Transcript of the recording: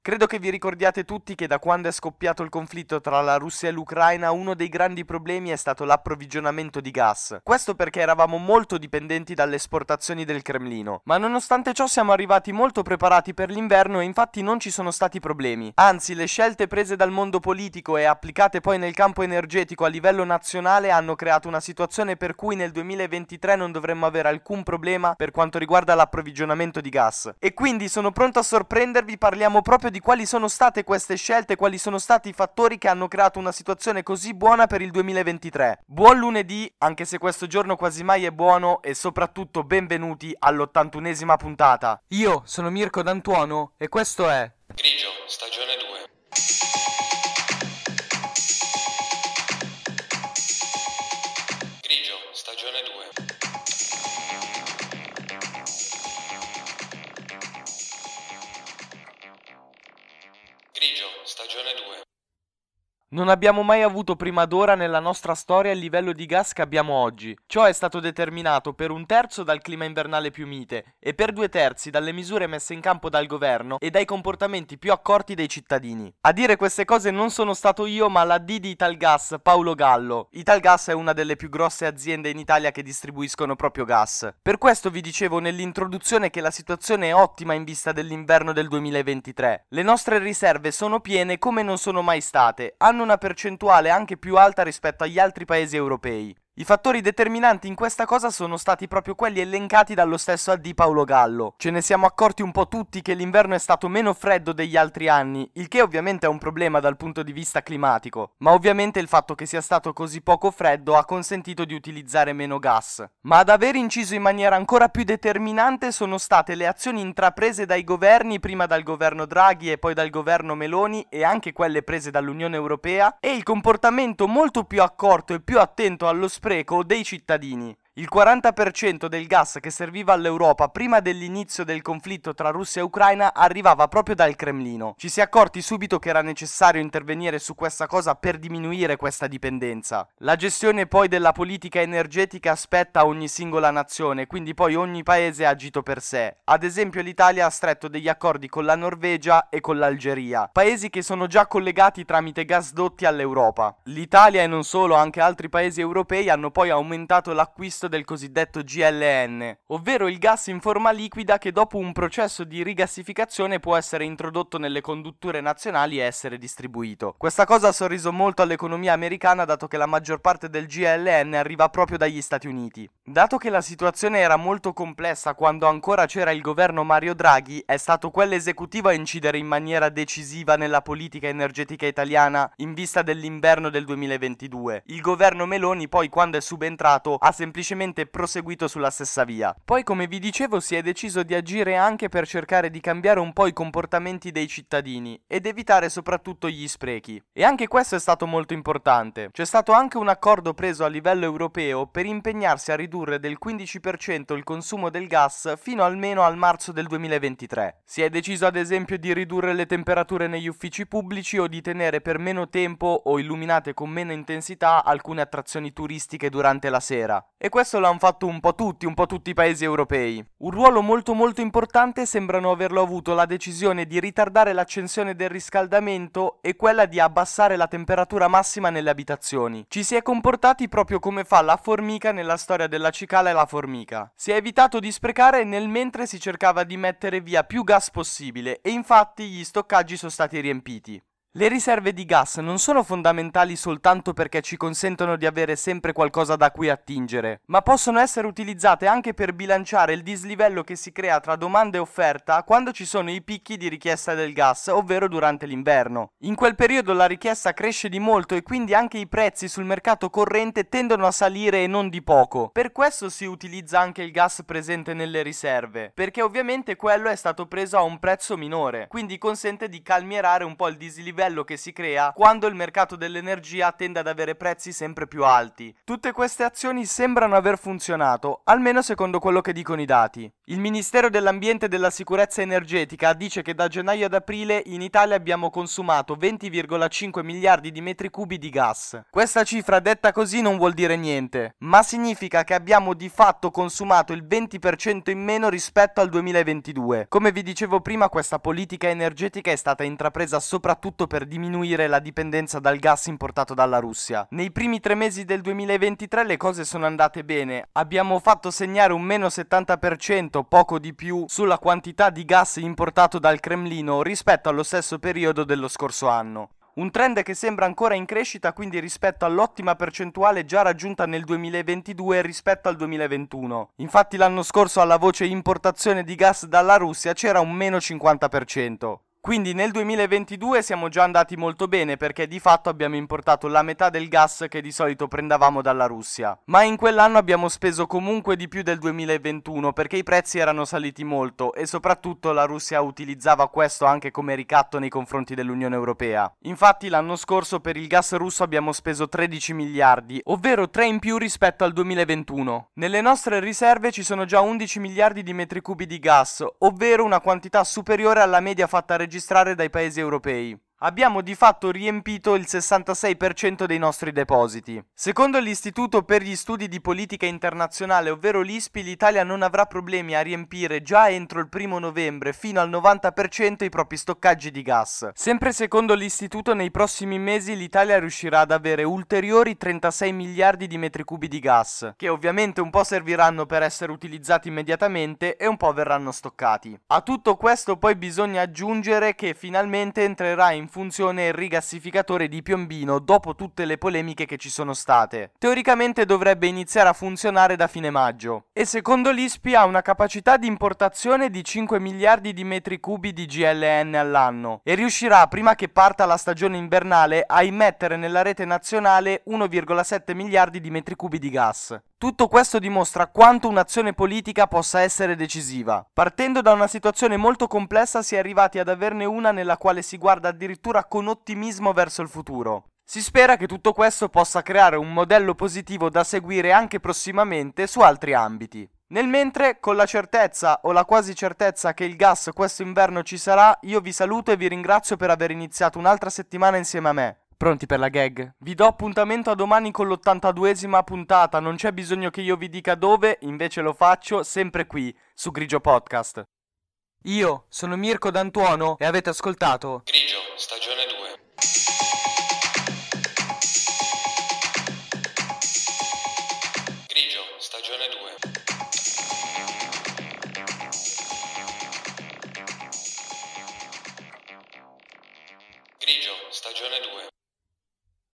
Credo che vi ricordiate tutti che da quando è scoppiato il conflitto tra la Russia e l'Ucraina uno dei grandi problemi è stato l'approvvigionamento di gas. Questo perché eravamo molto dipendenti dalle esportazioni del Cremlino, ma nonostante ciò siamo arrivati molto preparati per l'inverno e infatti non ci sono stati problemi. Anzi, le scelte prese dal mondo politico e applicate poi nel campo energetico a livello nazionale hanno creato una situazione per cui nel 2023 non dovremmo avere alcun problema per quanto riguarda l'approvvigionamento di gas. E quindi sono pronto a sorprendervi, parliamo proprio di quali sono state queste scelte, quali sono stati i fattori che hanno creato una situazione così buona per il 2023. Buon lunedì, anche se questo giorno quasi mai è buono, e soprattutto benvenuti all'81esima puntata. Io sono Mirko D'Antuono e questo è Grigio, stagione 2. Grigio, stagione 2. Grigio, stagione 2. Non abbiamo mai avuto prima d'ora nella nostra storia il livello di gas che abbiamo oggi. Ciò è stato determinato per un terzo dal clima invernale più mite e per 2/3 dalle misure messe in campo dal governo e dai comportamenti più accorti dei cittadini. A dire queste cose non sono stato io, ma la D di Italgas, Paolo Gallo. Italgas è una delle più grosse aziende in Italia che distribuiscono proprio gas. Per questo vi dicevo nell'introduzione che la situazione è ottima in vista dell'inverno del 2023. Le nostre riserve sono piene come non sono mai state. Hanno una percentuale anche più alta rispetto agli altri paesi europei. I fattori determinanti in questa cosa sono stati proprio quelli elencati dallo stesso AD Paolo Gallo. Ce ne siamo accorti un po' tutti che l'inverno è stato meno freddo degli altri anni, il che ovviamente è un problema dal punto di vista climatico, ma ovviamente il fatto che sia stato così poco freddo ha consentito di utilizzare meno gas. Ma ad aver inciso in maniera ancora più determinante sono state le azioni intraprese dai governi, prima dal governo Draghi e poi dal governo Meloni e anche quelle prese dall'Unione Europea, e il comportamento molto più accorto e più attento allo spreco dei cittadini. Il 40% del gas che serviva all'Europa prima dell'inizio del conflitto tra Russia e Ucraina arrivava proprio dal Cremlino. Ci si è accorti subito che era necessario intervenire su questa cosa per diminuire questa dipendenza. La gestione poi della politica energetica spetta a ogni singola nazione, quindi poi ogni paese ha agito per sé. Ad esempio l'Italia ha stretto degli accordi con la Norvegia e con l'Algeria, paesi che sono già collegati tramite gasdotti all'Europa. L'Italia e non solo, anche altri paesi europei hanno poi aumentato l'acquisto del cosiddetto GLN, ovvero il gas in forma liquida che dopo un processo di rigassificazione può essere introdotto nelle condutture nazionali e essere distribuito. Questa cosa ha sorriso molto all'economia americana, dato che la maggior parte del GLN arriva proprio dagli Stati Uniti. Dato che la situazione era molto complessa quando ancora c'era il governo Mario Draghi, è stato quell'esecutivo a incidere in maniera decisiva nella politica energetica italiana in vista dell'inverno del 2022. Il governo Meloni poi, quando è subentrato, ha semplicemente proseguito sulla stessa via. Poi, come vi dicevo, si è deciso di agire anche per cercare di cambiare un po' i comportamenti dei cittadini ed evitare soprattutto gli sprechi. E anche questo è stato molto importante. C'è stato anche un accordo preso a livello europeo per impegnarsi a ridurre del 15% il consumo del gas fino almeno al marzo del 2023. Si è deciso ad esempio di ridurre le temperature negli uffici pubblici o di tenere per meno tempo o illuminate con meno intensità alcune attrazioni turistiche durante la sera. E questo l'hanno fatto un po' tutti i paesi europei. Un ruolo molto importante sembrano averlo avuto la decisione di ritardare l'accensione del riscaldamento e quella di abbassare la temperatura massima nelle abitazioni. Ci si è comportati proprio come fa la formica nella storia della cicala e la formica. Si è evitato di sprecare nel mentre si cercava di mettere via più gas possibile e infatti gli stoccaggi sono stati riempiti. Le riserve di gas non sono fondamentali soltanto perché ci consentono di avere sempre qualcosa da cui attingere, ma possono essere utilizzate anche per bilanciare il dislivello che si crea tra domanda e offerta quando ci sono i picchi di richiesta del gas, ovvero durante l'inverno. In quel periodo la richiesta cresce di molto e quindi anche i prezzi sul mercato corrente tendono a salire e non di poco. Per questo si utilizza anche il gas presente nelle riserve, perché ovviamente quello è stato preso a un prezzo minore, quindi consente di calmierare un po' il dislivello livello che si crea quando il mercato dell'energia tende ad avere prezzi sempre più alti. Tutte queste azioni sembrano aver funzionato, almeno secondo quello che dicono i dati. Il Ministero dell'Ambiente e della Sicurezza Energetica dice che da gennaio ad aprile in Italia abbiamo consumato 20,5 miliardi di metri cubi di gas. Questa cifra detta così non vuol dire niente, ma significa che abbiamo di fatto consumato il 20% in meno rispetto al 2022. Come vi dicevo prima, questa politica energetica è stata intrapresa soprattutto per diminuire la dipendenza dal gas importato dalla Russia. Nei primi 3 mesi del 2023 le cose sono andate bene, abbiamo fatto segnare un meno 70%, poco di più, sulla quantità di gas importato dal Cremlino rispetto allo stesso periodo dello scorso anno. Un trend che sembra ancora in crescita quindi rispetto all'ottima percentuale già raggiunta nel 2022 rispetto al 2021. Infatti l'anno scorso alla voce importazione di gas dalla Russia c'era un meno 50%. Quindi nel 2022 siamo già andati molto bene perché di fatto abbiamo importato la metà del gas che di solito prendevamo dalla Russia. Ma in quell'anno abbiamo speso comunque di più del 2021 perché i prezzi erano saliti molto e soprattutto la Russia utilizzava questo anche come ricatto nei confronti dell'Unione Europea. Infatti l'anno scorso per il gas russo abbiamo speso 13 miliardi, ovvero 3 in più rispetto al 2021. Nelle nostre riserve ci sono già 11 miliardi di metri cubi di gas, ovvero una quantità superiore alla media fatta registrare dai paesi europei. Abbiamo di fatto riempito il 66% dei nostri depositi. Secondo l'Istituto per gli Studi di Politica Internazionale, ovvero l'ISPI, l'Italia non avrà problemi a riempire già entro il 1 novembre fino al 90% i propri stoccaggi di gas. Sempre secondo l'Istituto, nei prossimi mesi l'Italia riuscirà ad avere ulteriori 36 miliardi di metri cubi di gas, che ovviamente un po' serviranno per essere utilizzati immediatamente e un po' verranno stoccati. A tutto questo poi bisogna aggiungere che finalmente entrerà in funzione il rigassificatore di Piombino dopo tutte le polemiche che ci sono state. Teoricamente dovrebbe iniziare a funzionare da fine maggio e secondo l'ISPI ha una capacità di importazione di 5 miliardi di metri cubi di GLN all'anno e riuscirà, prima che parta la stagione invernale, a immettere nella rete nazionale 1,7 miliardi di metri cubi di gas. Tutto questo dimostra quanto un'azione politica possa essere decisiva. Partendo da una situazione molto complessa si è arrivati ad averne una nella quale si guarda addirittura con ottimismo verso il futuro. Si spera che tutto questo possa creare un modello positivo da seguire anche prossimamente su altri ambiti. Nel mentre, con la certezza o la quasi certezza che il gas questo inverno ci sarà, io vi saluto e vi ringrazio per aver iniziato un'altra settimana insieme a me. Pronti per la gag? Vi do appuntamento a domani con l'82esima puntata, non c'è bisogno che io vi dica dove, invece lo faccio sempre qui, su Grigio Podcast. Io sono Mirko D'Antuono e avete ascoltato Grigio, stagione 2. Grigio, stagione 2.